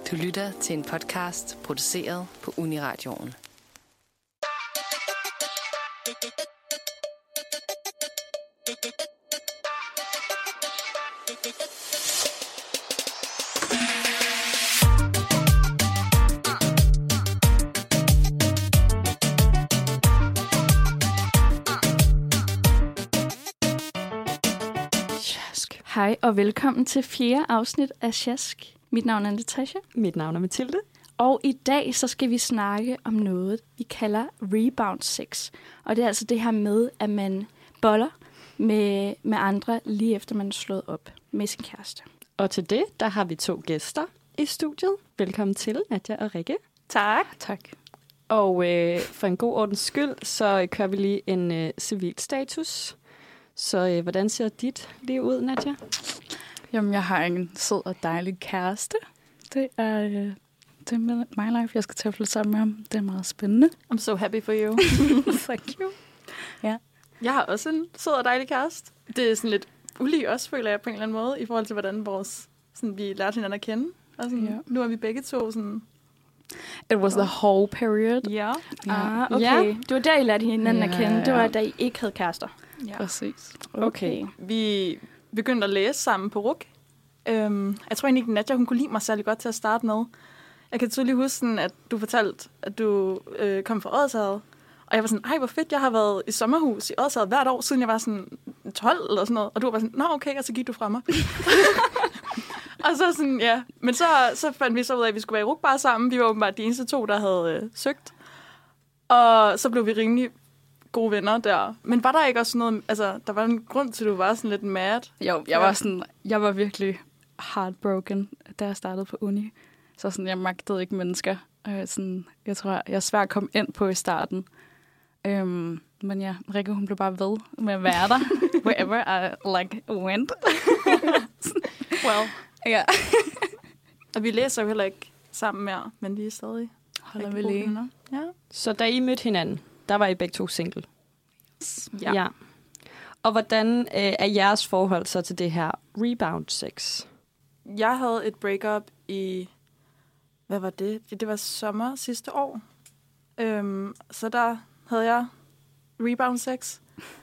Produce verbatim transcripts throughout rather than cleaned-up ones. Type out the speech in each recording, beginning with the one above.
Du lytter til en podcast produceret på Uniradioen. Hej og velkommen til fjerde afsnit af Sjask. Mit navn er Natasha. Mit navn er Mathilde. Og i dag så skal vi snakke om noget, vi kalder rebound sex. Og det er altså det her med, at man boller med, med andre, lige efter man er slået op med sin kæreste. Og til det, der har vi to gæster i studiet. Velkommen til, Nadja og Rikke. Tak. Tak. Og øh, for en god ordens skyld, så kører vi lige en øh, civil status. Så øh, hvordan ser dit liv ud, Nadja? Jamen, jeg har en sød og dejlig kæreste. Det er, øh, det er my life. Jeg skal til at flytte sammen med ham. Det er meget spændende. I'm so happy for you. Thank you. Ja. Jeg har også en sød og dejlig kæreste. Det er sådan lidt ulig også, føler jeg på en eller anden måde, i forhold til, hvordan vores, sådan, vi lærte hinanden at kende. Og sådan, Ja. Nu er vi begge to sådan... It was the whole period. Ja. Ah, okay. Ja. Det var der, I lærte hinanden Ja, at kende. Det ja. var, da I ikke havde kærester. ja. Præcis. Okay. Vi begyndte at læse sammen på R U C. Øhm, jeg tror egentlig ikke, Nadja, hun kunne lide mig særlig godt til at starte med. Jeg kan tydeligt huske, sådan, at du fortalte, at du øh, kom fra Odsherred. Og jeg var sådan, ej, hvor fedt, jeg har været i sommerhus i Odsherred hvert år, siden jeg var sådan tolv eller sådan noget. Og du var bare sådan, nå okay, og så gik du fra mig. Og så sådan, ja. Men så, så fandt vi så ud af, at vi skulle være i R U C bare sammen. Vi var åbenbart de eneste to, der havde øh, søgt. Og så blev vi rimelig gode venner der. Men var der ikke også noget, altså, der var en grund til, at du var sådan lidt mad? Jo, jeg var sådan, jeg var virkelig heartbroken, da jeg startede på uni. Så sådan, jeg magtede ikke mennesker. Øh, sådan, jeg tror, jeg er svært at komme ind på i starten. Øhm, men ja, Rikke, hun blev bare ved med at være der. Wherever I like went. Well. Ja. Og vi læser jo heller ikke sammen mere, men vi er stadig Holder rigtig vi gode lige. venner. Ja. Så da I mødte hinanden, der var I begge to single. Ja. ja. Og hvordan øh, er jeres forhold så til det her rebound sex? Jeg havde et breakup i, hvad var det? Det var sommer sidste år. Øhm, så der havde jeg rebound sex.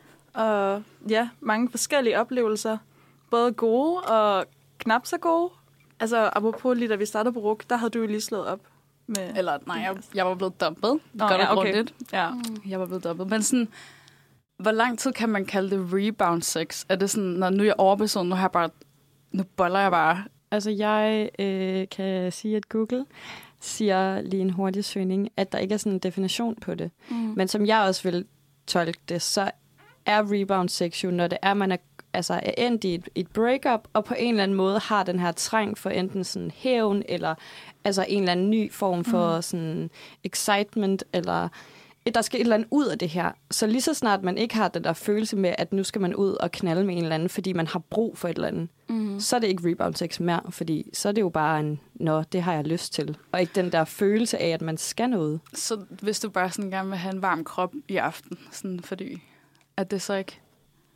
Og ja, mange forskellige oplevelser. Både gode og knap så gode. Altså, apropos lige da vi startede på R U C, der havde du jo lige slået op med... Eller nej, jeg, jeg var blevet dumpet. Nå, Godt ja, og okay. grundigt. Ja. Jeg var blevet dumpet. Men sådan, hvor lang tid kan man kalde det rebound sex? Er det sådan, når nu er jeg overperson, nu har jeg bare, nu boller jeg bare. Altså, jeg øh, kan sige, at Google siger lige en hurtig søgning, at der ikke er sådan en definition på det. Mm. Men som jeg også vil tolke det, så er rebound sex jo, når det er, at man er, altså, er endt i et, et breakup, og på en eller anden måde har den her træng for enten sådan hævn, eller altså en eller anden ny form for mm. sådan excitement, eller der skal et eller andet ud af det her. Så lige så snart man ikke har den der følelse med, at nu skal man ud og knalde med en eller anden, fordi man har brug for et eller andet, mm. så er det ikke rebound sex mere, fordi så er det jo bare en, nå, det har jeg lyst til. Og ikke den der følelse af, at man skal noget. Så hvis du bare sådan gerne vil have en varm krop i aften, sådan fordi, at det så ikke...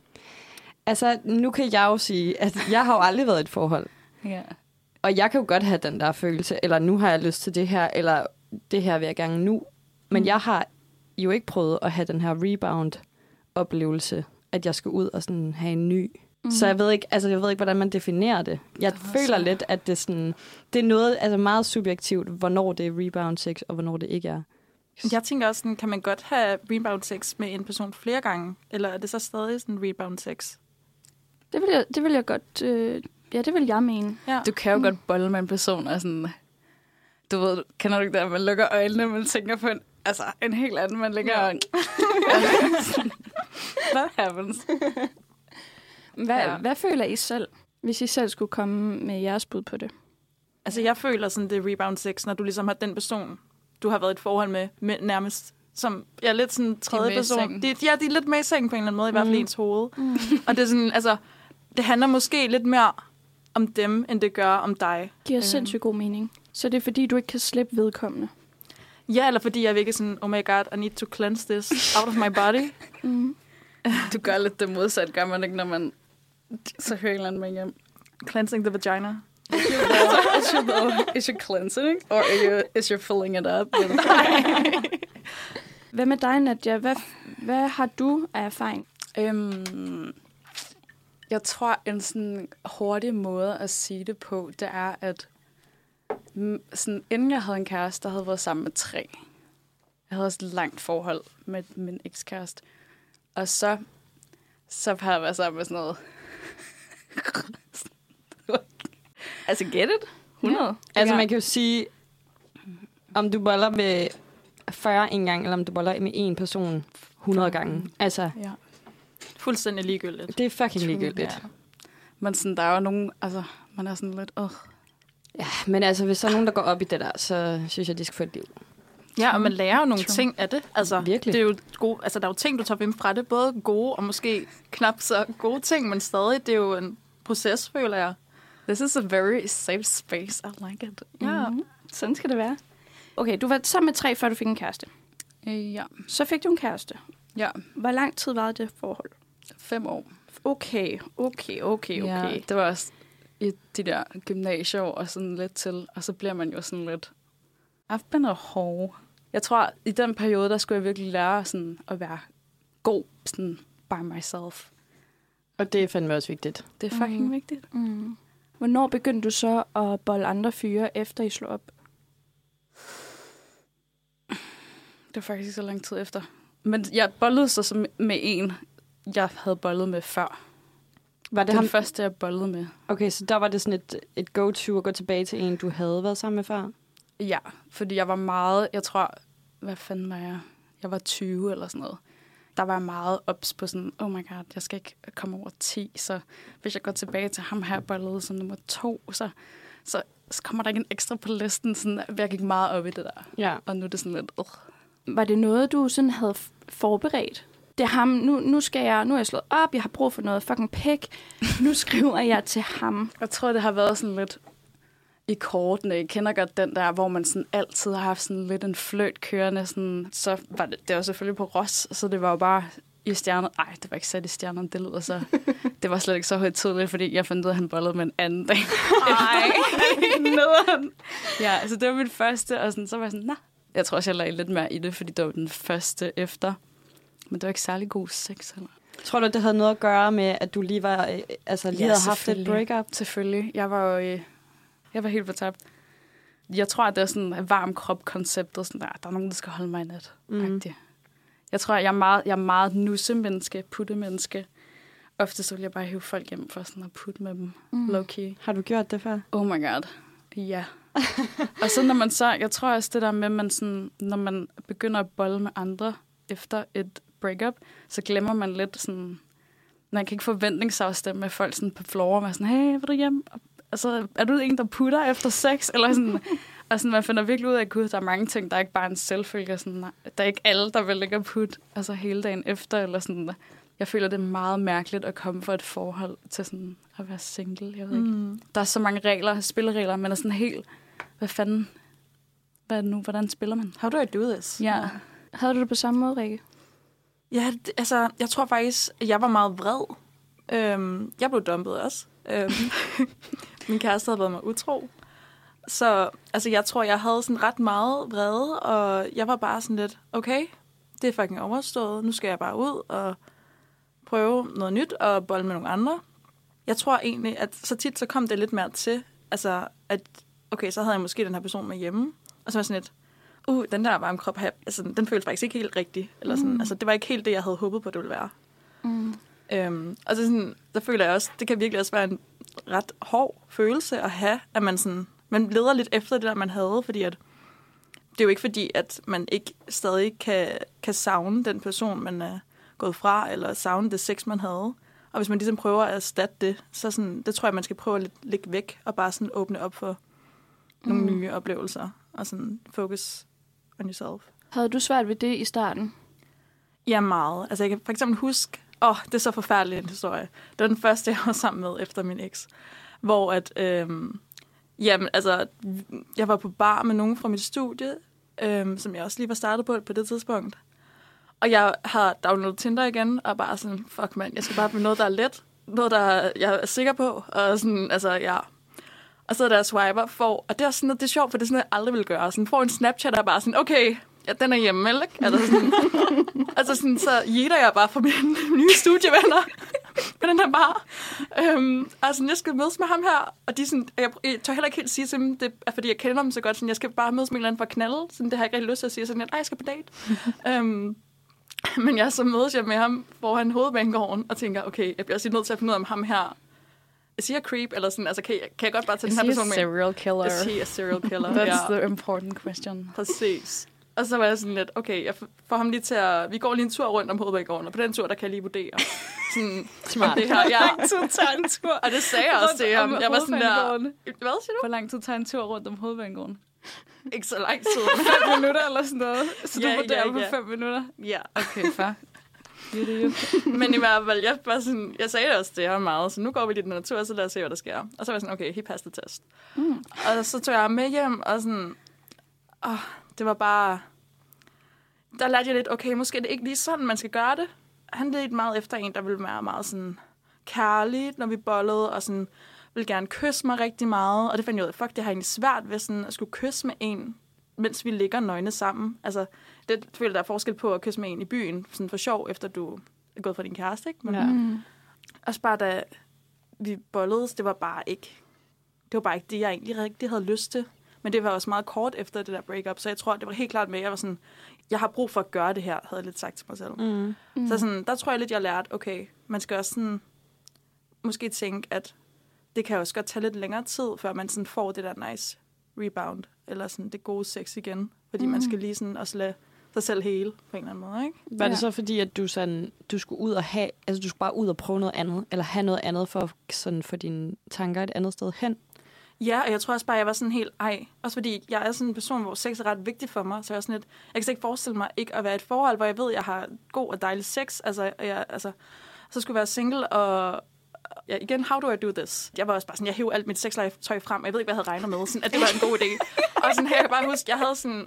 Altså, nu kan jeg jo sige, at jeg har jo aldrig været i et forhold. Ja. Og jeg kan jo godt have den der følelse, eller nu har jeg lyst til det her, eller det her vil jeg gerne nu. Men mm. jeg har jo ikke prøvet at have den her rebound-oplevelse, at jeg skal ud og sådan have en ny. Mm. Så jeg ved ikke, altså jeg ved ikke, hvordan man definerer det. Jeg det føler så... lidt, at det, sådan, det er noget altså meget subjektivt, hvornår det er rebound sex, og hvornår det ikke er. Jeg tænker også, sådan, kan man godt have rebound sex med en person flere gange? Eller er det så stadig sådan rebound sex? Det vil jeg, det vil jeg godt... Øh, ja, det vil jeg mene. Ja. Du kan jo Mm. godt bolle med en person, og sådan... Du ved, kender du ikke det, at man lukker øjnene, og man tænker på en, altså, en helt anden, man ligger... Ja. What happens? Hvad, Ja. hvad føler I selv, hvis I selv skulle komme med jeres bud på det? Altså, jeg føler sådan, det er rebound sex, når du ligesom har den person, du har været i et forhold med, med nærmest som jeg er lidt sådan tredje med i person. sengen. De, ja, de er lidt med i sengen på en eller anden måde, i hvert fald Mm. ens hoved. Mm. Og det er sådan, altså, det handler måske lidt mere om dem, end det gør om dig. Giver Øhm. sindssygt god mening. Så det er fordi, du ikke kan slippe vedkommende. Ja, eller fordi jeg er virkelig sådan, oh my god, I need to cleanse this out of my body. Mm. Du gør lidt det modsatte, gør man ikke, når man så hører en eller anden med hjem. Cleansing the vagina. tissue, though? Is you cleansing? Or are you, is you filling it up? Hvad med dig, Nadia? Hvad, hvad har du af erfaring? Øhm, jeg tror, en sådan hurtig måde at sige det på, det er, at mm, sådan, inden jeg havde en kæreste, der havde været sammen med tre. Jeg havde også et langt forhold med min ekskæreste. Og så, så har jeg været sammen med sådan noget. Altså, get it? hundrede. Ja. Altså, man kan jo sige, om du boller med fyrre en gang, eller om du boller med en person hundrede gange. Altså, ja. Fuldstændig ligegyldigt. Det er fucking True, ligegyldigt. Ja. Men sådan, der er jo nogen, altså, man er sådan lidt, åh. Ja, men altså, hvis der er nogen, der går op i det der, så synes jeg, de skal få et liv. Ja, og man lærer jo nogle True. ting af det. Altså, virkelig. Det er jo gode, altså, der er jo ting, du tager med fra det. Både gode og måske knap så gode ting, men stadig, det er jo en proces, føler jeg. This is a very safe space. I like it. Ja, mm-hmm. Sådan skal det være. Okay, du var sammen med tre, før du fik en kæreste. Øh, ja. Så fik du en kæreste. Ja. Hvor lang tid var det forhold? Fem år. Okay, okay, okay, okay. Ja, det var også i de der gymnasieår og sådan lidt til, og så bliver man jo sådan lidt, I've been a whore. Jeg tror, i den periode, der skulle jeg virkelig lære sådan at være god sådan by myself. Og det er fandme også vigtigt. Det er fucking Mhm. mm-hmm. vigtigt. Mm. Hvornår begyndte du så at bolle andre fyre, efter I slog op? Det var faktisk ikke så lang tid efter. Men jeg bollede så som med en, jeg havde bollet med før. Var Det det var ham? den første, jeg bollede med. Okay, så der var det sådan et, et go-to at gå tilbage til en, du havde været sammen med før? Ja, fordi jeg var meget, jeg tror, hvad fanden var jeg? Jeg var tyve eller sådan noget. Der var jeg meget ops på sådan, oh my god, jeg skal ikke komme over ti, så hvis jeg går tilbage til ham her, bollede som nummer to, så, så, så kommer der ikke en ekstra på listen. Sådan, jeg gik meget op i det der. Ja. Og nu er det sådan lidt, uh. Var det noget, du sådan havde f- forberedt? Det er ham, nu, nu skal jeg, nu er jeg slået op, jeg har brug for noget fucking pæk. Nu skriver jeg til ham. Jeg tror, det har været sådan lidt i kortene. Jeg kender godt den der, hvor man sådan altid har haft sådan lidt en fløjt kørende. Sådan, så var det, det var selvfølgelig på Ross, så det var jo bare i stjerner. Ej, det var ikke sat i stjernerne, det lyder så. Det var slet ikke så højtidligt, fordi jeg fandt ud af, at han bollede med en anden dag. Ej, nederen. Ja, så det var mit første, og sådan, så var jeg sådan, nah. Jeg tror også, jeg lagde lidt mere i det, fordi det var den første efter. Men det var ikke særlig god sex heller. Tror du, det havde noget at gøre med, at du lige var, øh, altså lige Ja, havde haft et selvfølgelig. breakup? Selvfølgelig. Jeg var jo, øh, jeg var helt fortabt. Jeg tror, at det er sådan et varm krop-konceptet. Sådan der, der er nogen, der skal holde mig i nat. Mm. Jeg tror, jeg er meget, jeg er meget nusse-menneske, putte-menneske. Ofte så vil jeg bare hive folk hjem for sådan at putte med dem. Mm. Low-key. Har du gjort det før? Oh my god. Ja. Og så når man så, jeg tror også det der med, man sådan, når man begynder at bolle med andre efter et breakup, så glemmer man lidt sådan, man kan ikke forventningsafstemme med folk sådan på floor, og sådan, hey, vil du hjem? Altså, er du en, der putter efter sex? Eller sådan, og sådan, man finder virkelig ud af, at gud, der er mange ting, der er ikke bare en selvfølge. Sådan, der er ikke alle, der vil ligge og putte altså, hele dagen efter. Eller sådan. Jeg føler, det er meget mærkeligt at komme fra et forhold til sådan, at være single. Jeg ved ikke. Mm. Der er så mange regler, spilleregler, men er sådan helt, hvad fanden, hvad er det nu, hvordan spiller man? How do I do this? Ja. Havde du det på samme måde, Rikke? Ja, det, altså, jeg tror faktisk, at jeg var meget vred. Øhm, jeg blev dumpet også. Øhm, min kæreste havde været mig utro. Så altså, jeg tror, jeg havde sådan ret meget vrede, og jeg var bare sådan lidt, okay, det er fucking overstået. Nu skal jeg bare ud og prøve noget nyt og bolle med nogle andre. Jeg tror egentlig, at så tit så kom det lidt mere til, altså, at okay, så havde jeg måske den her person med hjemme, og så var jeg sådan lidt, uh, den der varme krop her, altså, den føltes faktisk ikke helt rigtig. Eller sådan. Mm. Altså, det var ikke helt det, jeg havde håbet på, det ville være. Mm. Øhm, og så sådan, der føler jeg også, det kan virkelig også være en ret hård følelse at have, at man sådan, man leder lidt efter det der, man havde, fordi at, det er jo ikke fordi, at man ikke stadig kan, kan savne den person, man er gået fra, eller savne det sex, man havde. Og hvis man ligesom prøver at erstatte det, så sådan, det tror jeg, man skal prøve at lægge væk, og bare sådan åbne op for mm. nogle nye oplevelser, og sådan focus on yourself. Havde du svært ved det i starten? Ja, meget. Altså, jeg kan for eksempel huske, åh, oh, det er så forfærdelig en historie. Det var den første, jeg var sammen med efter min eks, hvor at, øhm, jamen, altså, jeg var på bar med nogen fra mit studie, øhm, som jeg også lige var startet på på det tidspunkt. Og jeg har downloadet Tinder igen, og bare sådan, fuck mand, jeg skal bare blive noget, der er let, noget, der jeg er sikker på, og sådan, altså, ja. Og så er der swiper, får, og det er sådan noget, det er sjovt, for det er sådan noget, jeg aldrig vil gøre. Sådan, får en Snapchat, der er bare sådan, okay, ja, den er hjemme, ikke? Altså sådan, altså sådan, så jætter jeg bare for mine nye studievenner. Men den er bare... Øhm, altså, jeg skal mødes med ham her, og de sådan, jeg, jeg tør heller ikke helt sige til dem, det er fordi, jeg kender dem så godt, sådan, jeg skal bare mødes med en eller anden for at knalde. Sådan, det har jeg ikke rigtig lyst til at sige. Sådan, at jeg skal på date. øhm, men jeg så mødes jeg med ham foran Hovedbanegården, og tænker, okay, jeg bliver også nødt til at finde ud af, om ham her... Jeg siger creep, eller sådan, altså, kan jeg, kan jeg godt bare tage den her person med? Serial killer. Jeg siger serial killer. That's ja. the important question. Præcis. Og så var jeg sådan lidt, okay, jeg får ham lige til at... Vi går lige en tur rundt om Hovedbanegården, og på den tur, der kan jeg lige vurdere. Sådan, smart. Det her, ja. Hvor lang tid tager en tur? Og det sagde jeg også til ham. Jeg var sådan der... Hvad siger du? Hvor lang tid tager en tur rundt om Hovedbanegården? Ikke så lang tid. Fem minutter eller sådan noget? Så du Ja, vurderer ja, på ja. fem minutter? Ja. Okay, fair. Men i hvert fald, jeg, var sådan, jeg sagde det også til ham meget, så nu går vi lige den her tur, så lad os se, hvad der sker. Og så var jeg sådan, okay, he passed the test. Mm. Og så tog jeg ham med hjem, og sådan... Åh, det var bare... Der lærte jeg lidt, okay, måske er det ikke lige sådan, man skal gøre det. Han ledte meget efter en, der ville være meget sådan kærlig, når vi bollede, og sådan ville gerne kysse mig rigtig meget. Og det fandt jeg ud af, fuck, det har egentlig svært ved sådan at skulle kysse med en, mens vi ligger nøgne sammen. Altså, det føler der er forskel på at kysse med en i byen, sådan for sjov, efter du er gået fra din kæreste, ikke? Men, Ja. Mm. også bare da vi bolledes, det var bare ikke, det var bare ikke det, jeg egentlig rigtig havde lyst til. Men det var også meget kort efter det der breakup, så jeg tror, det var helt klart med, jeg var sådan, jeg har brug for at gøre det her, havde jeg lidt sagt til mig selv. Mm. Mm. Så sådan, der tror jeg lidt, jeg lærte, okay, man skal også sådan, måske tænke, at det kan også godt tage lidt længere tid, før man sådan får det der nice rebound, eller sådan det gode sex igen. Fordi mm. man skal lige sådan også lade sig selv hele på en eller anden måde, ikke? Var Ja. det så fordi, at du sådan, du skulle ud og have, altså du skulle bare ud og prøve noget andet, eller have noget andet for sådan for dine tanker et andet sted hen? Ja, og jeg tror også bare, at jeg var sådan helt, ej, også fordi jeg er sådan en person, hvor sex er ret vigtigt for mig, så jeg er sådan lidt, jeg kan slet ikke forestille mig ikke at være i et forhold, hvor jeg ved, at jeg har god og dejlig sex, altså, jeg, altså så skulle jeg være single, og ja, igen, how do I do this? Jeg var også bare sådan, jeg hævde alt mit sexlegetøj frem, og jeg ved ikke, hvad jeg havde regnet med, sådan, at det var en god idé. Og sådan her, jeg kan bare huske, jeg havde sådan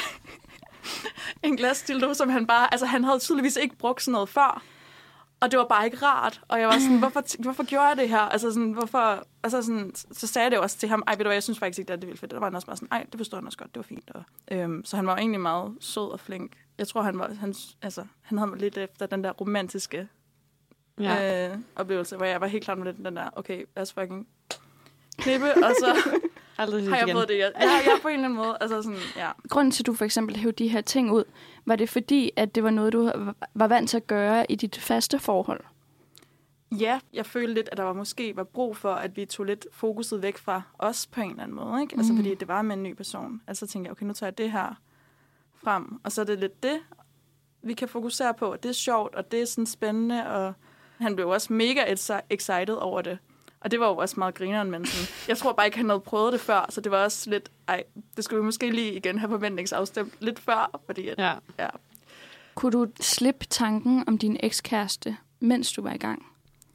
en glasdildo, som han bare, altså han havde tydeligvis ikke brugt sådan noget før, og det var bare ikke rart, og jeg var sådan, hvorfor, hvorfor gjorde jeg det her? Altså sådan, hvorfor, altså sådan, så sagde jeg det også til ham, ej, ved du hvad, jeg synes faktisk ikke, det er det vildt fedt. Der var han også bare sådan, ej, det forstår han også godt, det var fint. Og, øhm, så han var egentlig meget sød og flink. Jeg tror, han var, han, altså, han havde mig lidt efter den der romantiske Ja. øh, oplevelse, hvor jeg var helt klart med den der, okay, lad os fucking knippe, og så Aldrig har jeg igen. fået det. Jeg, jeg, jeg på en eller anden måde, altså sådan, ja. Grunden til, at du for eksempel hævde de her ting ud, var det fordi, at det var noget, du var vant til at gøre i dit faste forhold? Ja, jeg følte lidt, at der var måske var brug for, at vi tog lidt fokuset væk fra os på en eller anden måde, ikke? Altså Mm. fordi det var med en ny person. Altså tænkte jeg, okay, nu tager jeg det her frem, og så er det lidt det, vi kan fokusere på, og det er sjovt, og det er sådan spændende, og han blev også mega excited over det. Og det var jo også meget grineren, men sådan, jeg tror bare ikke, han havde prøvet det før, så det var også lidt, ej, det skulle vi måske lige igen have forventningsafstemt lidt før, fordi at, Ja. ja. Kunne du slippe tanken om din ekskæreste, mens du var i gang?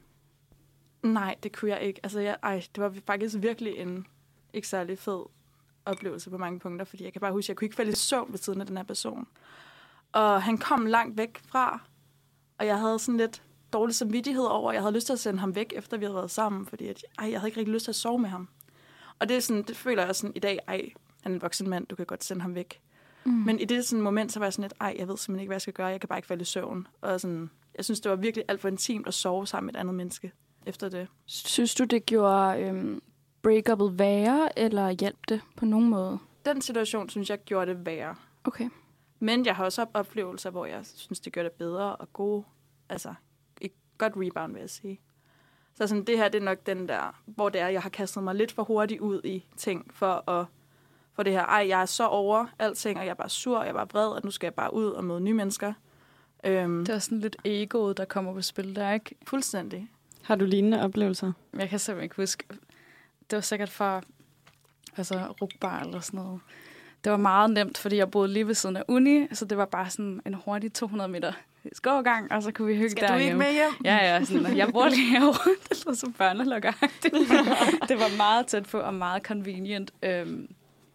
Nej, det kunne jeg ikke. Altså, jeg, ej, det var faktisk virkelig en ikke særlig fed oplevelse på mange punkter, fordi jeg kan bare huske, at jeg kunne ikke falde i søvn ved siden af den her person. Og han kom langt væk fra, og jeg havde sådan lidt dårlig samvittighed over, jeg havde lyst til at sende ham væk, efter vi havde været sammen, fordi at, ej, jeg havde ikke rigtig lyst til at sove med ham. Og det, er sådan, det føler jeg sådan i dag, ej, han er en voksen mand, du kan godt sende ham væk. Mm. Men i det sådan moment, så var jeg sådan lidt, ej, jeg ved simpelthen ikke, hvad jeg skal gøre, jeg kan bare ikke falde i søvn. Og sådan, jeg synes, det var virkelig alt for intimt at sove sammen med et andet menneske efter det. Synes du, det gjorde øhm, break-up'et værre, eller hjalp det på nogen måde? Den situation, synes jeg, gjorde det værre. Okay. Men jeg har også op- oplevelser, hvor jeg synes, det gør det bedre og gode, altså et godt rebound, vil jeg sige. Så sådan, det her, det er nok den der, hvor det er, jeg har kastet mig lidt for hurtigt ud i ting, for at for det her, ej, jeg er så over alting, og jeg er bare sur, jeg er bare vred, og nu skal jeg bare ud og møde nye mennesker. Øhm, Det er sådan lidt egoet, der kommer på spil der, ikke? fuldstændig. Har du lignende oplevelser? Jeg kan simpelthen ikke huske. Det var sikkert fra altså, rugbar eller sådan noget. Det var meget nemt, fordi jeg boede lige ved siden af uni, så det var bare sådan en hurtig to hundrede meter gågang, og så kunne vi hygge Skal du ikke derhjemme. med hjem? Ja, ja. Sådan, jeg bor lige herovre. Det lød som børnelukker. Det var meget tæt på og meget convenient. Øhm,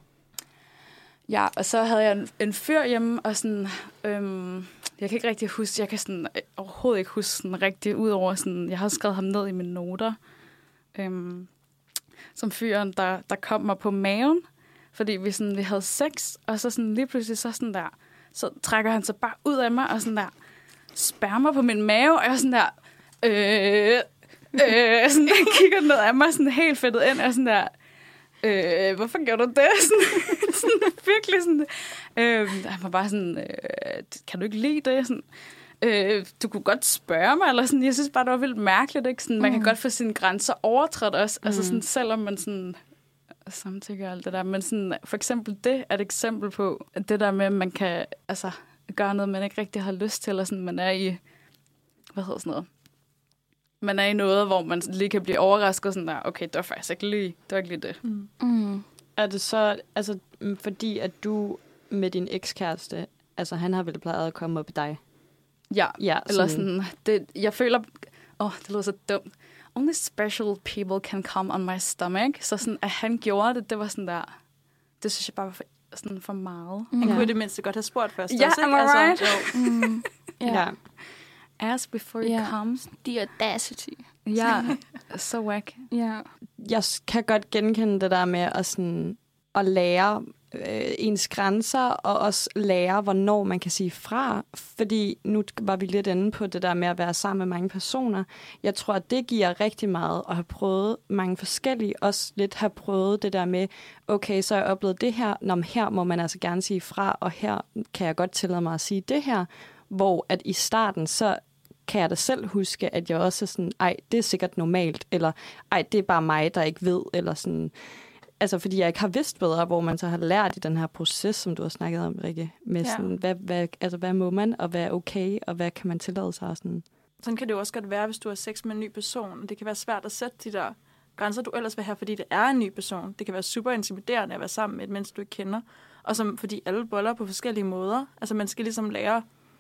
ja, og så havde jeg en, en fyr hjemme, og sådan... Øhm, jeg kan ikke rigtig huske... Jeg kan sådan, øh, overhovedet ikke huske sådan rigtig, udover sådan... Jeg har skrevet ham ned i mine noter. Øhm, som fyren, der, der kom mig på maven, fordi vi, sådan, vi havde sex, og så sådan, lige pludselig så sådan der, så trækker han sig bare ud af mig, og sådan der, spærmer på min mave, og jeg er sådan der, øh, øh, sådan der, kigger ned af mig, sådan helt fedtet ind, og sådan der, øh, hvorfor gjorde du det? Sådan, sådan virkelig sådan, øh, han var bare sådan, øh, kan du ikke lide det? Sådan, øh, du kunne godt spørge mig, eller sådan, jeg synes bare, det var vildt mærkeligt, ikke? Sådan, man kan mm. godt få sine grænser overtrådt også, mm. altså sådan, selvom man sådan, samtykker alt det der, men sådan, for eksempel det er et eksempel på, at det der med, at man kan, altså, gøre noget, man ikke rigtig har lyst til, eller sådan, man er i, hvad hedder sådan noget, man er i noget, hvor man lige kan blive overrasket, sådan der, okay, det var faktisk ikke lige, det var ikke lige det. Mm. Mm. Er det så, altså, fordi at du med din ekskæreste, altså, han har vel plejet at komme op i dig? Ja, ja eller sådan, det, jeg føler, åh, oh, det lyder så dumt, only special people can come on my stomach, så sådan, at han gjorde det, det var sådan der, det synes jeg bare var for, sådan for meget. Han ja. kunne i det mindste godt have spurgt først. Ja, også, am I right? Altså, mm. ja. ja. Ask before you yeah. come. The audacity. Ja, så whack. Ja. Jeg kan godt genkende det der med at, sådan, at lære øh, ens grænser, og også lære, hvornår man kan sige fra. Fordi nu var vi lidt inde på det der med at være sammen med mange personer. Jeg tror, at det giver rigtig meget at have prøvet mange forskellige. Også lidt have prøvet det der med, okay, så har jeg oplevet det her. Nå, her må man altså gerne sige fra, og her kan jeg godt tillade mig at sige det her. Hvor at i starten, så kan jeg da selv huske, at jeg også er sådan, ej, det er sikkert normalt, eller ej, det er bare mig, der ikke ved, eller sådan. Altså, fordi jeg ikke har vidst bedre, hvor man så har lært i den her proces, som du har snakket om, Rikke, med sådan, ja. hvad, hvad, altså, hvad må man, og hvad er okay, og hvad kan man tillade sig? Og sådan. Sådan kan det jo også godt være, hvis du har sex med en ny person. Det kan være svært at sætte de der grænser, du ellers vil have, fordi det er en ny person. Det kan være super intimiderende at være sammen med et menneske, du ikke kender. Og som, fordi alle boller på forskellige måder. Altså, man skal ligesom lære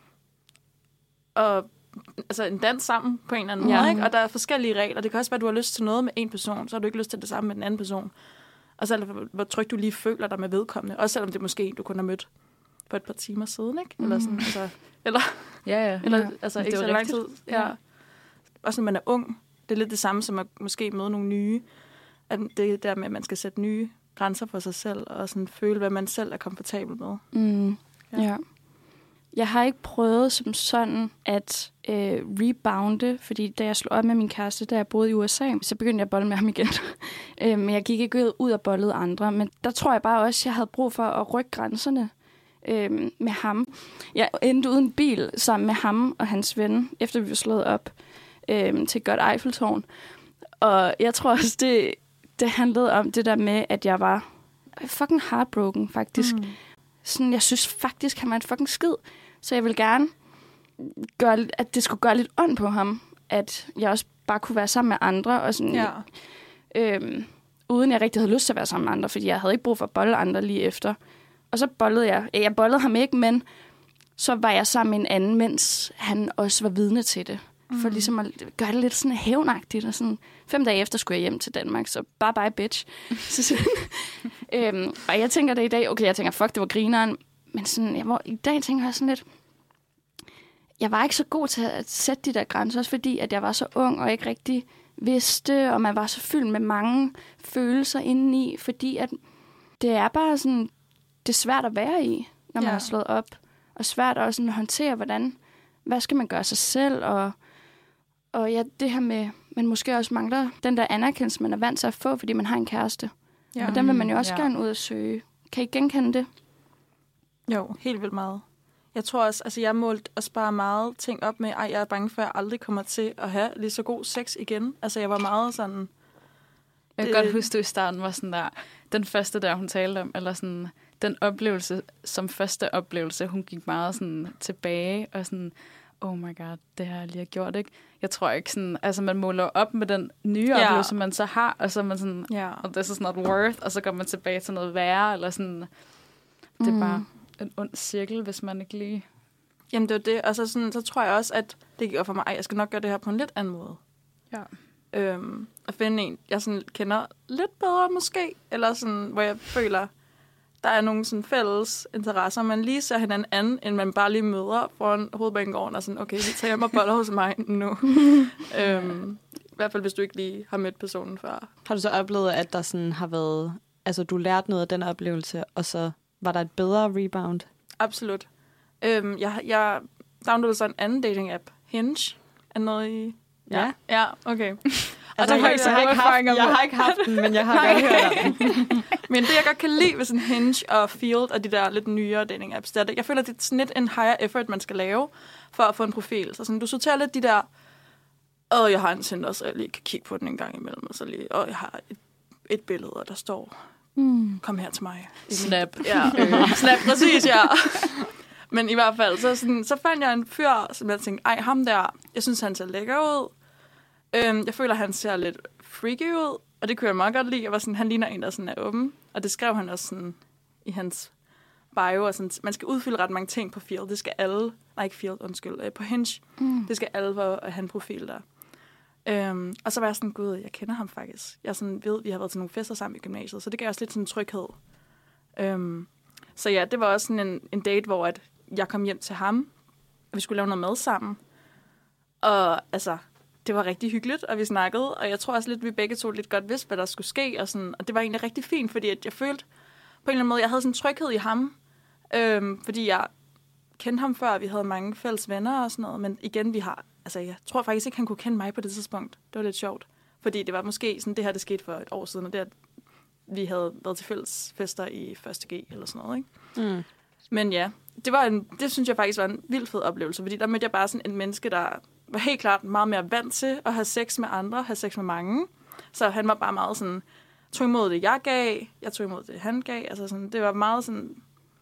at altså en dans sammen på en eller anden ja. måde, ikke? Og der er forskellige regler. Det kan også være, at du har lyst til noget med en person, så har du ikke lyst til det samme med den anden person. Og så hvor, hvor trygt du lige føler dig med vedkommende. Også selvom det er måske en, du kun har mødt på et par timer siden, ikke? Eller sådan, altså, eller, ja, ja. eller ja. altså ikke så lang tid. Ja. Også når man er ung. Det er lidt det samme som at måske møde nogle nye. At det der med, at man skal sætte nye grænser for sig selv, og sådan føle, hvad man selv er komfortabel med. Mm. Ja. ja. Jeg har ikke prøvet som sådan at øh, rebounde, fordi da jeg slog op med min kæreste, da jeg boede i U S A, så begyndte jeg at bolle med ham igen. øh, men jeg gik ikke ud og bollede andre. Men der tror jeg bare også, at jeg havde brug for at rykke grænserne øh, med ham. Jeg endte uden bil sammen med ham og hans ven, efter vi var slået op øh, til et godt Eiffeltårn. Og jeg tror også, det, det handlede om det der med, at jeg var fucking heartbroken, faktisk. Mm. Sådan, jeg synes faktisk, han var en fucking skid. Så jeg vil gerne gøre, at det skulle gøre lidt ondt på ham, at jeg også bare kunne være sammen med andre, og sådan, ja. øhm, uden jeg rigtig havde lyst til at være sammen med andre, fordi jeg havde ikke brug for at bolle andre lige efter. Og så bollede jeg. Jeg bollede ham ikke, men så var jeg sammen med en anden, mens han også var vidne til det. Mm. For ligesom at gøre det lidt sådan hævnagtigt. Og sådan, fem dage efter skulle jeg hjem til Danmark, så bye bye bitch. så sådan, øhm, og jeg tænker det i dag, okay, jeg tænker, fuck, det var grineren. Men sådan, jeg var, i dag tænker jeg sådan lidt, jeg var ikke så god til at sætte de der grænser, også fordi, at jeg var så ung og ikke rigtig vidste, og man var så fyldt med mange følelser indeni, fordi at det er bare sådan, det er svært at være i, når man ja. har slået op, og svært også sådan at håndtere, hvordan, hvad skal man gøre sig selv, og, og ja, det her med, man måske også mangler den der anerkendelse, man er vant til at få, fordi man har en kæreste. Ja. Og den vil man jo også ja. gerne ud og søge. Kan I genkende det? Jo, helt vildt meget. Jeg tror også, altså jeg målte også bare meget ting op med, ej, jeg er bange for, at jeg aldrig kommer til at have lige så god sex igen. Altså jeg var meget sådan... Jeg kan det... godt huske, du i starten var sådan der, den første der, hun talte om, eller sådan, den oplevelse, som første oplevelse, hun gik meget sådan tilbage, og sådan, oh my god, det har jeg lige gjort, ikke? Jeg tror ikke sådan, altså man måler op med den nye ja. oplevelse, man så har, og så er man sådan, ja. oh, this is not worth, og så går man tilbage til noget værre, eller sådan, det er mm. bare en ond cirkel, hvis man ikke lige... Jamen det er det, og så, sådan, så tror jeg også, at det gik op for mig, ej, jeg skal nok gøre det her på en lidt anden måde. Ja. Øhm, at finde en, jeg sådan kender lidt bedre måske, eller sådan, hvor jeg føler, der er nogle sådan fælles interesser, man lige ser hinanden anden, end man bare lige møder foran hovedbanegården, og sådan, okay, vi tager hjem og boller hos mig nu. øhm, I hvert fald, hvis du ikke lige har mødt personen før. Har du så oplevet, at der sådan har været... Altså, du lærte noget af den oplevelse, og så var der et bedre rebound? Absolut. Øhm, jeg, jeg downloadede så en anden dating-app. Hinge. Er noget i... Ja. Ja, okay. Og altså, der jeg, jeg, har ikke haft, jeg har ikke haft den, men jeg har godt hørt om den. Men det, jeg godt kan lide ved sådan Hinge og Field og de der lidt nyere dating-apps, det er, at jeg føler, at det er sådan lidt en higher effort, man skal lave for at få en profil. Så sådan, du sorterer lidt de der, åh, jeg har en Tinder, så jeg lige kan kigge på den en gang imellem, og så lige, åh, jeg har et, et billede, og der står, mm. kom her til mig. Snap. Ja, øh, snap, præcis, ja. Men i hvert fald, så, sådan, så fandt jeg en fyr, som jeg tænkte, ej, ham der, jeg synes, han ser lækker ud. Øhm, jeg føler, han ser lidt freaky ud, og det kunne jeg meget godt lide. Jeg var sådan, han ligner en, der sådan er åben. Og det skrev han også sådan i hans bio. Og sådan, man skal udfylde ret mange ting på Field. Det skal alle, nej ikke Field, undskyld, øh, på Hinge. Mm. Det skal alle for at have en profil der. Øhm, og så var jeg sådan, gud, jeg kender ham faktisk. Jeg sådan, ved, vi har været til nogle fester sammen i gymnasiet, så det gav også lidt sådan en tryghed. Øhm, så ja, det var også sådan en, en date, hvor at jeg kom hjem til ham, og vi skulle lave noget mad sammen. Og altså... Det var rigtig hyggeligt, og vi snakkede, og jeg tror også lidt, at vi begge to lidt godt vidste, hvad der skulle ske, og, sådan, og det var egentlig rigtig fint, fordi at jeg følte på en eller anden måde, jeg havde sådan en tryghed i ham, øhm, fordi jeg kendte ham før, vi havde mange fælles venner og sådan noget, men igen, vi har, altså jeg tror faktisk ikke, han kunne kende mig på det tidspunkt. Det var lidt sjovt, fordi det var måske sådan, det her, det skete for et år siden, og det at vi havde været til fælles fester i første G eller sådan noget, ikke? Mm. Men ja, det, var en, det synes jeg faktisk var en vild fed oplevelse, fordi der mødte jeg bare sådan en menneske, der var helt klart meget mere vant til at have sex med andre, have sex med mange. Så han var bare meget sådan, tog imod det, jeg gav, jeg tog imod det, han gav. Altså sådan, det var meget sådan,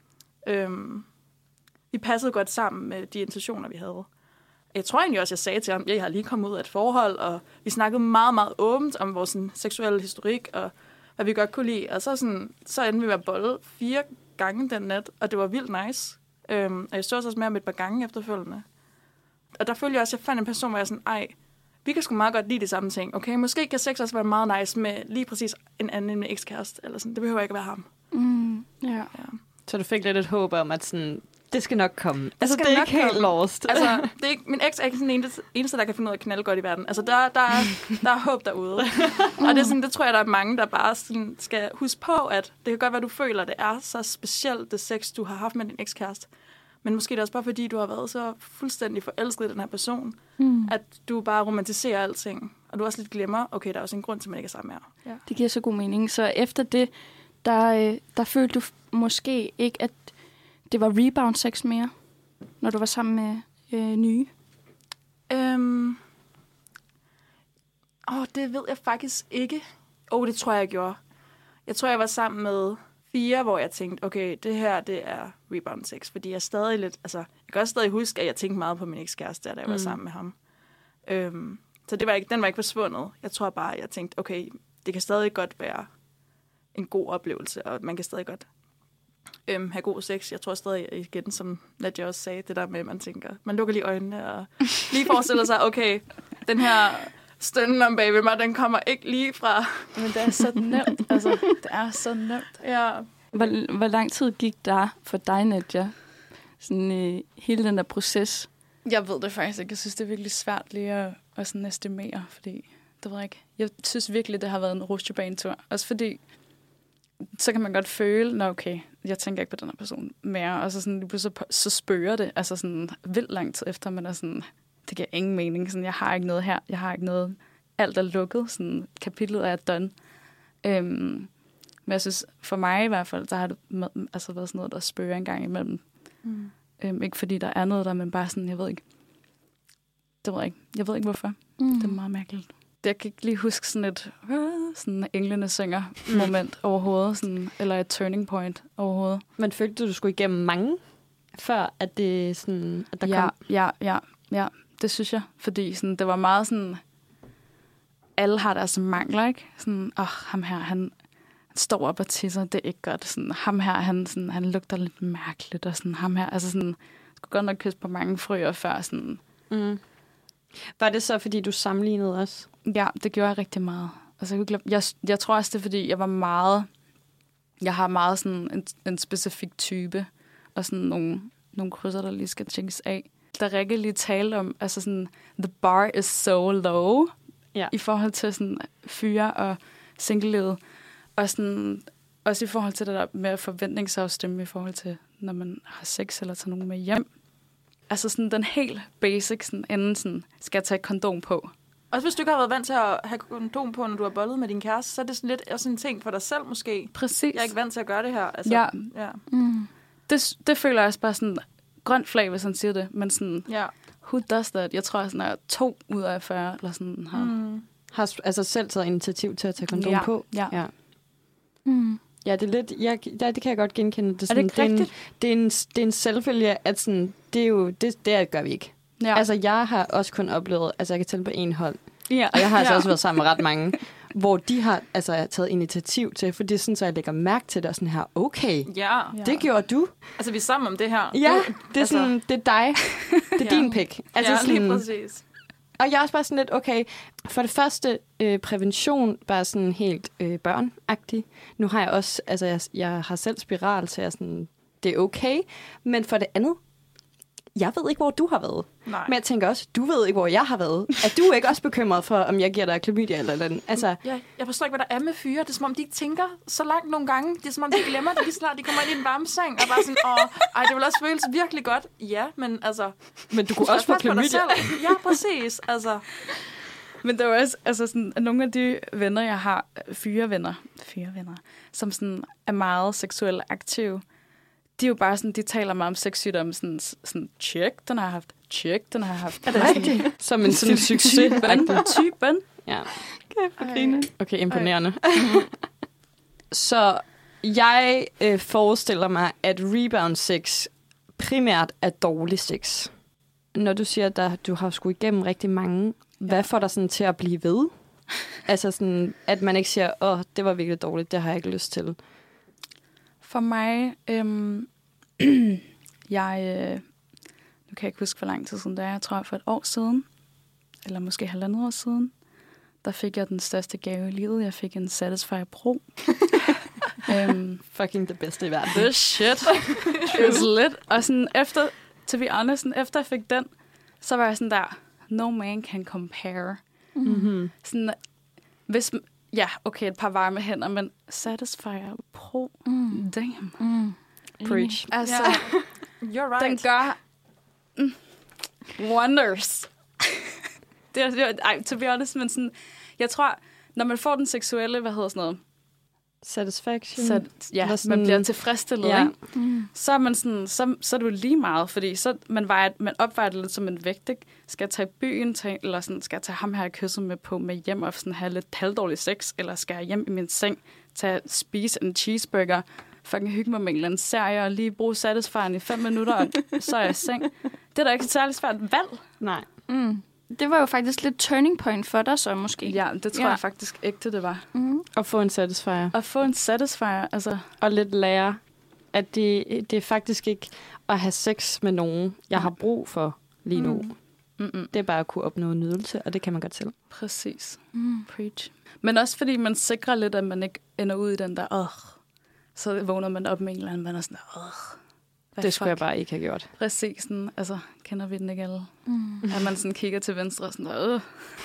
øhm, vi passede godt sammen med de intentioner, vi havde. Jeg tror egentlig også, jeg sagde til ham, jeg har lige kommet ud af et forhold, og vi snakkede meget, meget åbent om vores sådan, seksuelle historik, og hvad vi godt kunne lide. Og så, sådan, så endte vi med at bolle fire gange den nat, og det var vildt nice. Øhm, og jeg stod også med ham et par gange efterfølgende. Og der følte jeg også, at jeg fandt en person, hvor jeg sådan, ej, vi kan sgu meget godt lide de samme ting. Okay, måske kan sex også være meget nice med lige præcis en anden end min ekskæreste, eller sådan. Det behøver ikke at være ham. Mm, ja. Ja. Så du fik lidt et håb om, at sådan, det skal nok komme. Det Altså, skal det er nok ikke helt komme. lost. Altså, det er ikke, min eks er ikke sådan en eneste, eneste, der kan finde ud af at knalde godt i verden. Altså, der, der, er, der er håb derude. Og det, er sådan, det tror jeg, der er mange, der bare sådan skal huske på, at det kan godt være, du føler, at det er så specielt, det sex, du har haft med din ekskæreste. Men måske det er også bare, fordi du har været så fuldstændig forelsket i den her person, mm. at du bare romantiserer alting. Og du også lidt glemmer, okay, der er også en grund til, at man ikke er sammen mere. Ja. Det giver så god mening. Så efter det, der, der følte du måske ikke, at det var rebound sex mere, når du var sammen med øh, nye? Øhm. Åh, det ved jeg faktisk ikke. Åh, oh, det tror jeg, jeg gjorde. Jeg tror, jeg var sammen med fire, hvor jeg tænkte, okay, det her, det er rebound sex. Fordi jeg er stadig lidt, altså, jeg kan også stadig huske, at jeg tænkte meget på min ekskæreste, da jeg var mm. sammen med ham. Øhm, så det var ikke, den var ikke forsvundet. Jeg tror bare, jeg tænkte, okay, det kan stadig godt være en god oplevelse, og man kan stadig godt øhm, have god sex. Jeg tror stadig, igen, som Nadia også sagde, det der med, at man tænker, man lukker lige øjnene og lige forestiller sig, okay, den her stønnen om bagved mig, den kommer ikke lige fra. Men det er så nemt. Altså, det er så nemt. Ja. Hvor, hvor lang tid gik der for dig, Nadia? Sådan øh, hele den der proces? Jeg ved det faktisk ikke. Jeg synes, det er virkelig svært lige at, at sådan estimere, fordi, det ved jeg ikke. Jeg synes virkelig, det har været en rutsjebanetur. Også fordi, så kan man godt føle, nå okay, jeg tænker ikke på den her person mere. Og så, sådan, så, så spørger det, altså sådan vildt lang tid efter, man er sådan, det giver ingen mening. Sådan, jeg har ikke noget her, jeg har ikke noget, alt er lukket, sådan, kapitlet er done. Øhm, men jeg synes, for mig i hvert fald, der har det med, altså været sådan noget, der spørger en gang imellem. Mm. Øhm, ikke fordi der er noget der, men bare sådan, jeg ved ikke, det ved jeg ikke, jeg ved ikke hvorfor. Mm. Det er meget mærkeligt. Jeg kan ikke lige huske sådan et øh, sådan englene synger mm. moment overhovedet, sådan, eller et turning point overhovedet. Men følte du, du skulle igennem mange, før at det sådan, at der ja, kom? Ja, ja, ja, det synes jeg, fordi sådan, det var meget sådan, alle har deres mangler, ikke? Sådan, åh, oh, ham her, han, han står op og tisser, det er ikke godt. Sådan, ham her, han, sådan, han lugter lidt mærkeligt, og sådan, ham her, altså sådan, jeg skulle godt nok kysse på mange frøer før, sådan. Mm. Var det så, fordi du sammenlignede os? Ja, det gjorde jeg rigtig meget. Altså, jeg, glemme, jeg, jeg tror også, det er, fordi jeg var meget, jeg har meget sådan en, en specifik type, og sådan nogle, nogle krydser, der lige skal tjekkes af. Der Rikke lige talte om, altså sådan, the bar is so low, Ja. i forhold til sådan fyre og singlelivet. Og sådan, også i forhold til det der med forventningsafstemme i forhold til, når man har sex eller tager nogen med hjem. Altså sådan den helt basic, sådan, inden sådan, skal jeg tage et kondom på. Også hvis du ikke har været vant til at have kondom på, når du har bollet med din kæreste, så er det sådan lidt også en ting for dig selv måske. Præcis. Jeg er ikke vant til at gøre det her. Altså, Ja. ja. Mm. Det, det føler jeg også bare sådan grønt flag, hvis han siger det. Men sådan, ja. who does that? Jeg tror, jeg sådan er to ud af fyrre, eller sådan har. Mm. Har altså selv taget initiativ til at tage kondom Ja. på? Ja. ja. Mm. Ja, det er lidt, jeg, ja, det kan jeg godt genkende. Det er, Er det sådan, ikke det, er en, rigtigt? det, er en, det er en selvfølge, at sådan, det er jo, det, det gør vi ikke. Ja. Altså, jeg har også kun oplevet, altså jeg kan tælle på en hold, ja. og jeg har altså ja. også været sammen med ret mange, hvor de har altså taget initiativ til, for det er sådan, så jeg lægger mærke til det, og sådan her, okay, Ja. Ja. det gjorde du. Altså, vi er sammen om det her. Ja, Du, det er altså, sådan, det er dig. Det er Ja. din pik. Altså, ja, sådan, lige præcis. og jeg er også bare sådan lidt, okay, for det første, øh, prævention, bare sådan helt øh, børnagtig. Nu har jeg også, altså jeg, jeg har selv spiral, så jeg er sådan, det er okay. Men for det andet, jeg ved ikke, hvor du har været. Nej. Men jeg tænker også, du ved ikke, hvor jeg har været. Er du ikke også bekymret for, om jeg giver dig klamydia eller eller andet? Altså, Ja, jeg forstår ikke, hvad der er med fyre. Det er som om, de ikke tænker så langt nogle gange. Det er som om, de glemmer det lige snart. De kommer ind i en varme seng og bare sådan, åh, ej, det vil også føles virkelig godt. Ja, men altså... men du kunne også få pas på dig klamydia. selv. Ja, præcis. Altså, Men det var også, altså sådan, at nogle af de venner, jeg har, fyre venner, fyre venner, som sådan er meget seksuelt aktive, de er jo bare sådan, de taler meget om sexsygdomme, sådan, sådan, check, den har jeg haft, check, den har jeg haft. Er det rigtigt? Som en sådan succes. Typen, typen. Ja. Okay, Okay, imponerende. Så jeg øh, forestiller mig, at rebound sex primært er dårlig sex. Når du siger, at du har skulle igennem rigtig mange, hvad får dig sådan til at blive ved? Altså sådan, at man ikke siger, åh, det var virkelig dårligt, det har jeg ikke lyst til. For mig, øhm, jeg, øh, nu kan jeg ikke huske, hvor lang tid siden det er, jeg tror for et år siden, eller måske halvandet år siden, der fik jeg den største gave i livet. Jeg fik en Satisfyer Pro. øhm, Fucking det bedste i verden. This shit is lit. Og sådan efter, to be honest, sådan efter jeg fik den, så var jeg sådan der, no man can compare. Mm-hmm. Sådan, hvis, ja, okay, et par varme hænder, men Satisfyer Pro, Mm. damn. Mm. Preach. Altså, you're right. den gør mm, wonders. det er, det er, ej, to be honest, men sådan, jeg tror, når man får den seksuelle, hvad hedder sådan noget, Satisfaction. så, ja, Eller sådan- man bliver tilfredsstillet, Ja. ikke? Mm. Så er man sådan, så, så er du lige meget, fordi så man, vejer, man opvejer det lidt som en vægt, ikke? Skal jeg tage i byen, tage, eller sådan, skal jeg tage ham her jeg kysset med på med hjem og sådan have lidt halvdårlig sex, eller skal jeg hjem i min seng, tage spise en cheeseburger, fucking hygge mig med en eller anden serie, og lige bruge Satisfyeren i fem minutter, og så er jeg i seng. Det er da ikke et særligt svært valg. Nej. Mm. Det var jo faktisk lidt turning point for dig så måske. Ja, det tror Ja. jeg faktisk ægte, det var. Mm. At få en satisfier. At få en Satisfyer, altså... Og lidt lære, at det, det er faktisk ikke at have sex med nogen, jeg har brug for lige nu. Mm. Mm-mm. Det er bare at kunne opnå nydelse, og det kan man godt selv. Præcis. Mm. Preach. Men også fordi man sikrer lidt, at man ikke ender ud i den der, åh, så vågner man op med en eller anden, man er sådan, åh, hvad Det skulle jeg fuck? bare ikke have gjort. Præcis, sådan, altså, kender vi den ikke alle? Mm. At man sådan kigger til venstre og sådan, åh,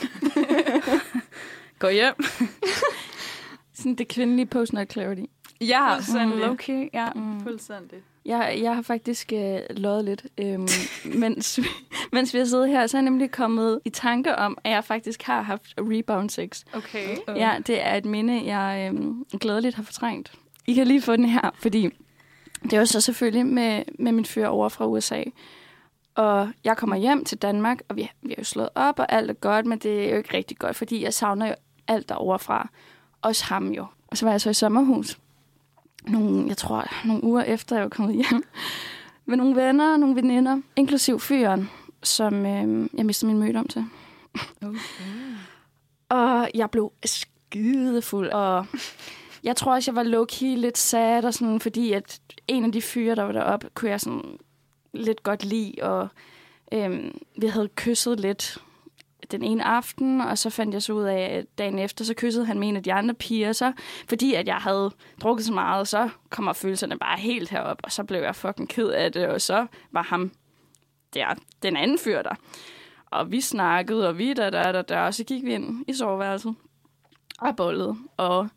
gå hjem. Sådan det kvindelige post-nut clarity. Ja, Fuldstændig. low-key, ja. Mm. Fuldstændig. Jeg, jeg har faktisk øh, løjet lidt. Øhm, mens, vi, mens vi har siddet her, så er jeg nemlig kommet i tanke om, at jeg faktisk har haft rebound sex. Okay. Ja, det er et minde, jeg øhm, glædeligt har fortrængt. I kan lige få den her, fordi det er jo så selvfølgelig med, med min fyr over fra U S A. Og jeg kommer hjem til Danmark, og vi, vi er jo slået op, og alt er godt, men det er jo ikke rigtig godt, fordi jeg savner jo alt derovre fra. Også ham jo. Og så var jeg så i sommerhus. Nogle, jeg tror, nogle uger efter, jeg var kommet hjem. Med nogle venner og nogle veninder, inklusiv fyren, som øh, jeg mistede min møde om til. Okay. Og jeg blev skidefuld, og jeg tror også, jeg var low-key lidt sad, og sådan, fordi at en af de fyre, der var deroppe, kunne jeg sådan lidt godt lide, og øhm, vi havde kysset lidt den ene aften, og så fandt jeg så ud af, at dagen efter, så kyssede han med en af de andre piger, så fordi at jeg havde drukket så meget, så kommer følelserne bare helt herop, og så blev jeg fucking ked af det, og så var ham der, den anden fyr der. Og vi snakkede, og vi der, der, der, der. Og så gik vi ind i soveværelset og bollede. Og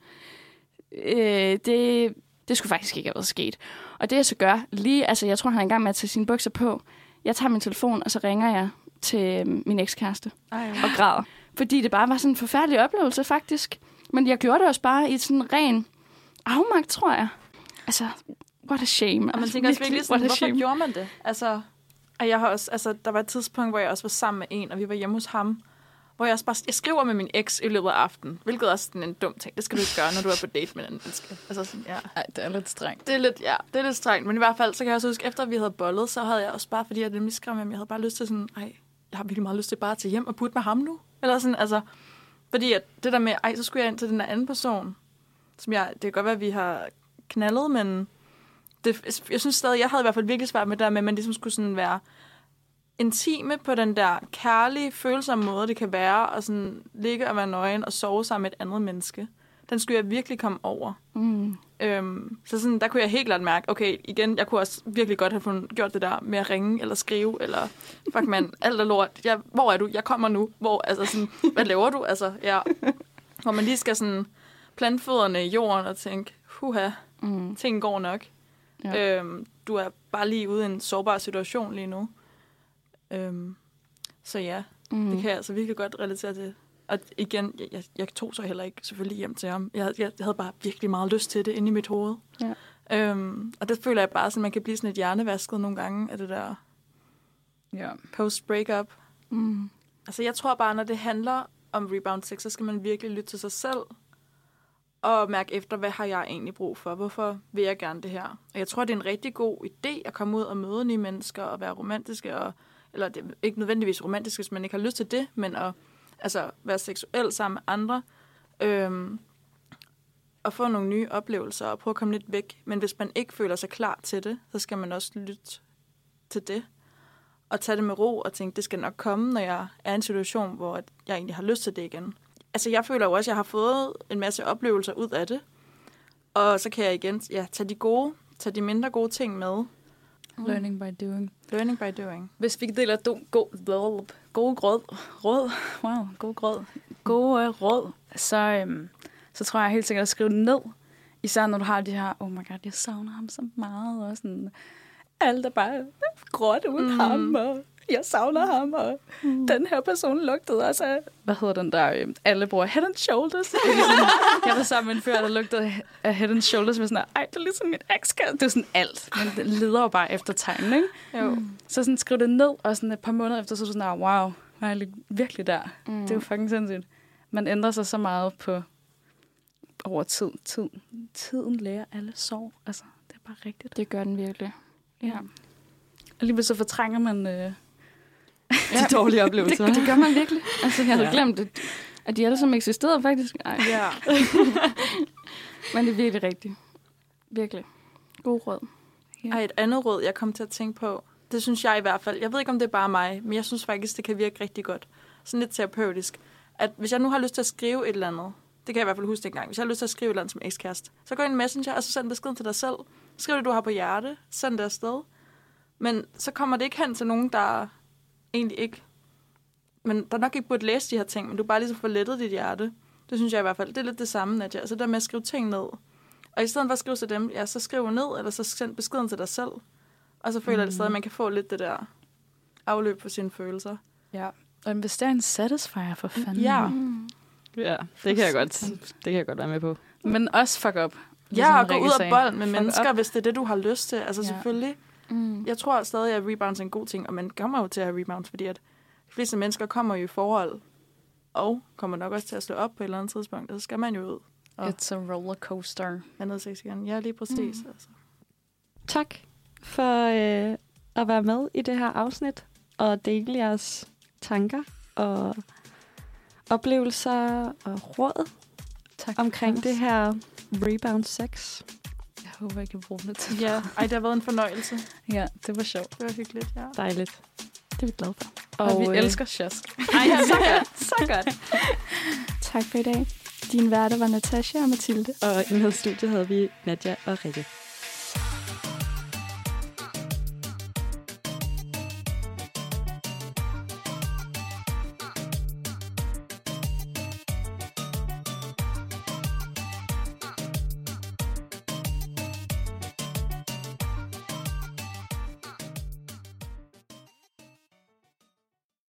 øh, det, det skulle faktisk ikke have været sket. Og det jeg så gør lige, altså jeg tror, han er i gang med at tage sine bukser på. Jeg tager min telefon, og så ringer jeg til min ekskæreste Ej, og græder. Fordi det bare var sådan en forfærdelig oplevelse, faktisk. Men jeg gjorde det også bare i sådan ren afmagt, tror jeg. Altså, what a shame. Og man altså, tænker også virkelig sådan, hvorfor shame. gjorde man det? Altså, og jeg har også, altså, der var et tidspunkt, hvor jeg også var sammen med en, og vi var hjemme hos ham, hvor jeg også bare, jeg skriver med min eks i løbet af aftenen, hvilket også er en dum ting. Det skal du ikke gøre, når du er på date med en menneske. Altså sådan, ja. Ej, det er lidt strengt. Det er lidt, ja, det er lidt strengt, men i hvert fald, så kan jeg også huske, efter vi havde bollet, så havde jeg også bare, fordi jeg nemlig skrev med ham, jeg havde bare lyst til sådan, ej, jeg har virkelig meget lyst til bare at tage hjem og putte med ham nu. Eller sådan, altså, fordi at det der med, ej, så skulle jeg ind til den der anden person, som jeg, det kan godt være, at vi har knaldet, men det, jeg synes stadig, jeg havde i hvert fald virkelig svært med det der med, at man ligesom skulle sådan være intime på den der kærlige, følsomme måde, det kan være, og sådan ligge og være nøgen og sove sammen med et andet menneske. Den skulle jeg virkelig komme over. Mm. Øhm, så sådan, der kunne jeg helt klart mærke, okay, igen, jeg kunne også virkelig godt have fundet, gjort det der med at ringe eller skrive, eller fuck man, alt er lort. Jeg, hvor er du? Jeg kommer nu. Hvor, altså sådan, hvad laver du? Altså, ja. Hvor man lige skal sådan plante fødderne i jorden og tænke, huha, Mm. ting går nok. Ja. Øhm, du er bare lige ude i en sårbar situation lige nu. Øhm, så ja, Mm. det kan jeg altså virkelig godt relatere til. Og igen, jeg, jeg, jeg tog så heller ikke selvfølgelig hjem til ham. Jeg, jeg, jeg havde bare virkelig meget lyst til det inde i mit hoved. Ja. Øhm, og det føler jeg bare, at man kan blive sådan et hjernevasket nogle gange af det der Ja. post-breakup. Mm. Altså jeg tror bare, når det handler om rebound sex, så skal man virkelig lytte til sig selv og mærke efter, hvad har jeg egentlig brug for? Hvorfor vil jeg gerne det her? Og jeg tror, det er en rigtig god idé at komme ud og møde nye mennesker og være romantiske, og, eller det er ikke nødvendigvis romantiske, hvis man ikke har lyst til det, men at altså, være seksuel sammen med andre, øhm, og få nogle nye oplevelser og prøve at komme lidt væk. Men hvis man ikke føler sig klar til det, så skal man også lytte til det og tage det med ro og tænke, det skal nok komme, når jeg er i en situation, hvor jeg egentlig har lyst til det igen. Altså, jeg føler jo også, at jeg har fået en masse oplevelser ud af det. Og så kan jeg igen ja, tage de gode, tage de mindre gode ting med. Learning by doing. Learning by doing. Hvis vi deler do, go, gode råd, råd, wow, gode råd, gode råd, så, øhm, så tror jeg helt sikkert at skrive det ned. Især når du har de her, oh my god, jeg savner ham så meget, og sådan, alt er bare gråt uden mm. ham, og jeg savner ham, og mm. den her person lugtede også af, hvad hedder den der, øhm, alle bruger Head and Shoulders. Jeg var sammen med en fyr, der lugtede af Head and Shoulders, med sådan, ej, det er ligesom mit ekskæreste. Det er sådan alt, men det leder jo bare efter tegn, ikke? Jo. Så sådan skriv det ned, og sådan et par måneder efter, så er du sådan, wow, jeg er virkelig der. Mm. Det er jo fucking sindssygt. Man ændrer sig så meget på over tid. tid. Tiden lærer alle sorg. Altså, det er bare rigtigt. Det gør den virkelig. Ja. Alligevel så fortrænger man øh, de dårlige oplevelser. Det, det gør man virkelig. Altså, jeg havde Ja. glemt, at, at de alle sammen eksisterede, faktisk. Ej. Ja. Men det er virkelig rigtigt. Virkelig. God råd. Ja. Ej, et andet råd, jeg kom til at tænke på, det synes jeg i hvert fald, jeg ved ikke, om det er bare mig, men jeg synes faktisk, det kan virke rigtig godt. Sådan lidt terapeutisk. At hvis jeg nu har lyst til at skrive et eller andet, det kan jeg i hvert fald huske dengang, hvis jeg har lyst til at skrive et eller andet som ekskæreste, så gå ind i Messenger, og så send beskeden til dig selv. Skriv det, du har på hjerte. Send det afsted. Men så kommer det ikke hen til nogen, der egentlig ikke, men der nok ikke burde læse de her ting, men du bare ligesom får lettet dit hjerte. Det synes jeg i hvert fald. Det er lidt det samme, Nadia. Altså der med at skrive ting ned. Og i stedet for at skrive til dem, ja, så skriv ned, eller så send beskeden til dig selv. Og så føler mm. jeg det stadig, at man kan få lidt det der afløb på sine følelser. Ja. Og investere i en satisfier for fanden. Ja. Mm. Ja, det kan jeg godt, det kan jeg godt være med på. Men også fuck up. Ja, og gå ud af bold med Fuck mennesker, up. hvis det er det, du har lyst til. Altså Ja. selvfølgelig. Mm. Jeg tror stadig, at rebounds er en god ting, og man kommer jo til at have rebounds, fordi at de fleste mennesker kommer jo i forhold, og kommer nok også til at slå op på et eller andet tidspunkt, og så skal man jo ud. Og It's a roller coaster. man nødt til igen. Ja, lige præcis. Mm. Altså. Tak for øh, at være med i det her afsnit, og dele jeres tanker og oplevelser og råd Tak omkring det her rebound sex. Jeg håber, jeg kan bruge det til. Ja, ej, det har været en fornøjelse. Ja, det var sjovt. Det var hyggeligt, ja. Dejligt. Det er vi glade for. Og, og vi øh, elsker sjask. Ej, så godt, så godt. Tak for i dag. Dine værter var Natasha og Mathilde. Og i med studiet havde vi Nadia og Rikke.